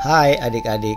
Hai adik-adik,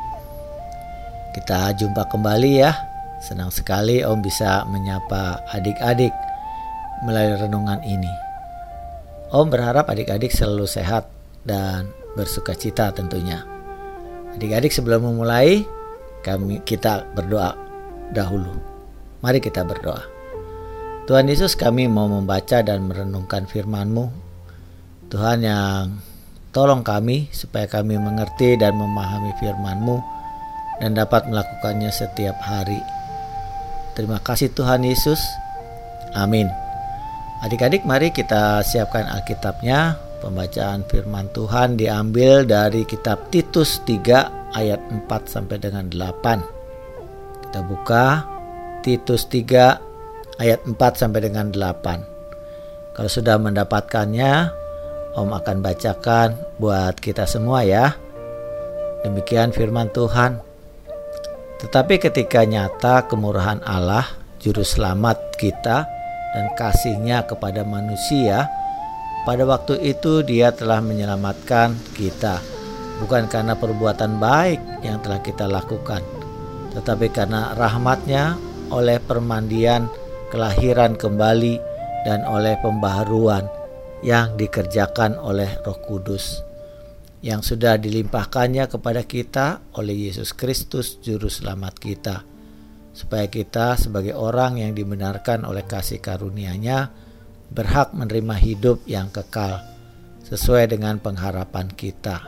kita jumpa kembali ya. Senang sekali Om bisa menyapa adik-adik melalui renungan ini. Om berharap adik-adik selalu sehat dan bersukacita tentunya. Adik-adik, sebelum memulai, kita berdoa dahulu. Mari kita berdoa. Tuhan Yesus, kami mau membaca dan merenungkan firman-Mu. Tuhan yang tolong kami supaya kami mengerti dan memahami firman-Mu dan dapat melakukannya setiap hari. Terima kasih Tuhan Yesus. Amin. Adik-adik, mari kita siapkan Alkitabnya. Pembacaan firman Tuhan diambil dari kitab Titus 3 ayat 4 sampai dengan 8. Kita buka Titus 3 ayat 4 sampai dengan 8. Kalau sudah mendapatkannya, Om akan bacakan buat kita semua ya. Demikian firman Tuhan. Tetapi ketika nyata kemurahan Allah, juru selamat kita dan kasih-Nya kepada manusia, pada waktu itu Dia telah menyelamatkan kita, bukan karena perbuatan baik yang telah kita lakukan, tetapi karena rahmat-Nya oleh permandian kelahiran kembali dan oleh pembaharuan yang dikerjakan oleh Roh Kudus yang sudah dilimpahkannya kepada kita oleh Yesus Kristus juru selamat kita, supaya kita sebagai orang yang dibenarkan oleh kasih karunia-Nya berhak menerima hidup yang kekal sesuai dengan pengharapan kita.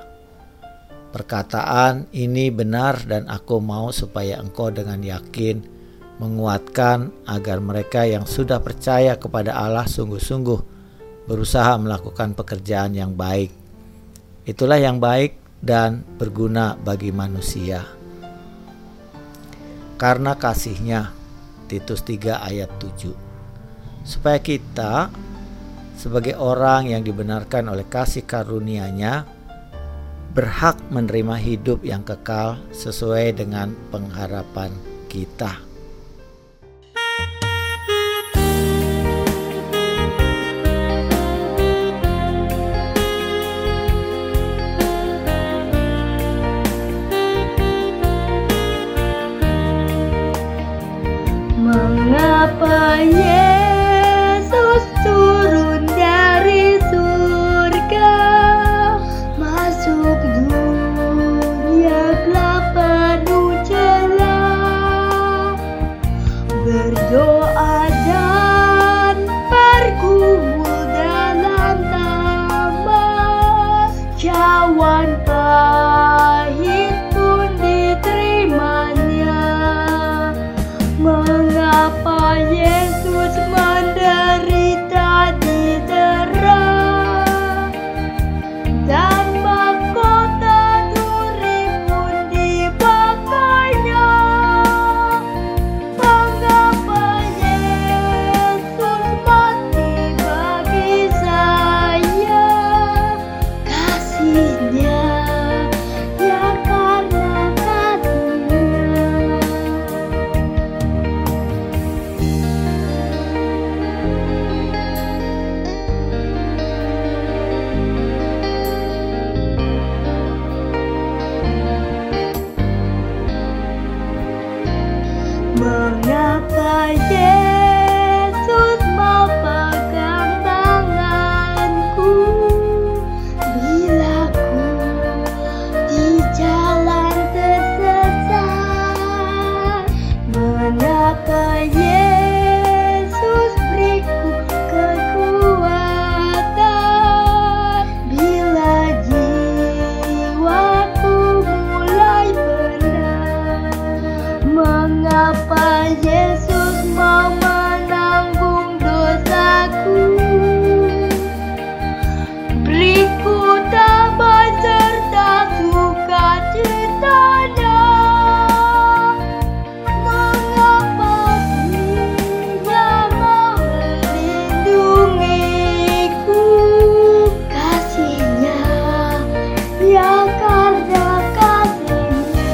Perkataan ini benar dan aku mau supaya engkau dengan yakin menguatkan agar mereka yang sudah percaya kepada Allah sungguh-sungguh berusaha melakukan pekerjaan yang baik. Itulah yang baik dan berguna bagi manusia. Karena kasih-Nya, Titus 3 ayat 7. Supaya kita sebagai orang yang dibenarkan oleh kasih karunia-Nya berhak menerima hidup yang kekal sesuai dengan pengharapan kita. Mengapa Yesus turun dari surga, masuk dunia gelap penuh celah, berdoa dan bergumul dalam taman, cawan pahit pun diterimanya. Mengapa Yesus menderita di terang dan mahkota duri pun dipakainya? Mengapa Yesus mati bagi saya? Kasih-Nya, ya karena kasih-Nya. Mengapa Yesus mau pegang tanganku bila ku di jalan tersesat? Mengapa Yesus beriku kekuatan bila jiwaku mulai berat? Mengapa Yesus mau menanggung dosaku? Beriku damai serta sukacita-Nya. Mengapa Dia mau melindungiku? Kasih-Nya, ya karena kasih-Nya.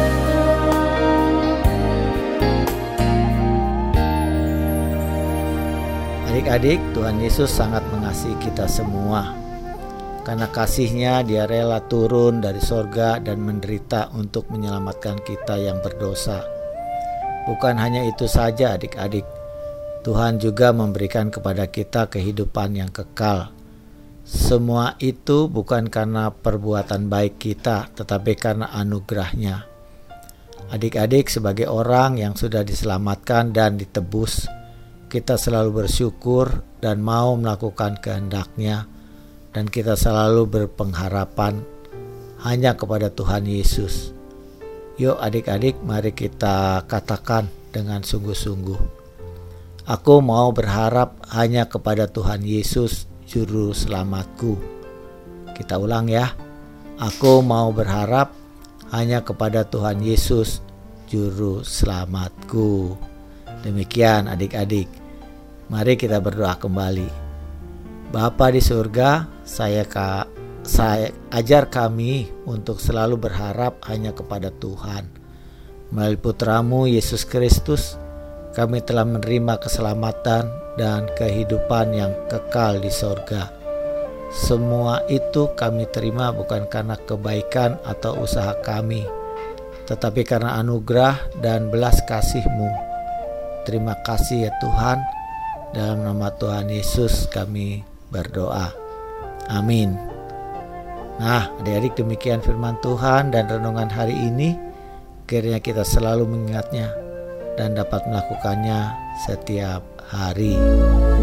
Adik-adik, Tuhan Yesus sangat mengasihi kita semua. Karena kasih-Nya Dia rela turun dari sorga dan menderita untuk menyelamatkan kita yang berdosa. Bukan hanya itu saja adik-adik, Tuhan juga memberikan kepada kita kehidupan yang kekal. Semua itu bukan karena perbuatan baik kita, tetapi karena anugerah-Nya. Adik-adik, sebagai orang yang sudah diselamatkan dan ditebus, kita selalu bersyukur dan mau melakukan kehendak-Nya, dan kita selalu berpengharapan hanya kepada Tuhan Yesus. Yuk adik-adik, mari kita katakan dengan sungguh-sungguh, aku mau berharap hanya kepada Tuhan Yesus, Juru Selamatku. Kita ulang ya. Aku mau berharap hanya kepada Tuhan Yesus, Juru Selamatku. Demikian adik-adik. Mari kita berdoa kembali. Bapa di surga, saya ajar kami untuk selalu berharap hanya kepada Tuhan. Melalui Putra-Mu Yesus Kristus, kami telah menerima keselamatan dan kehidupan yang kekal di sorga. Semua itu kami terima bukan karena kebaikan atau usaha kami, tetapi karena anugerah dan belas kasih-Mu. Terima kasih ya Tuhan. Dalam nama Tuhan Yesus kami berdoa. Amin. Nah, adik-adik, demikian firman Tuhan dan renungan hari ini. Kiranya kita selalu mengingatnya dan dapat melakukannya setiap hari.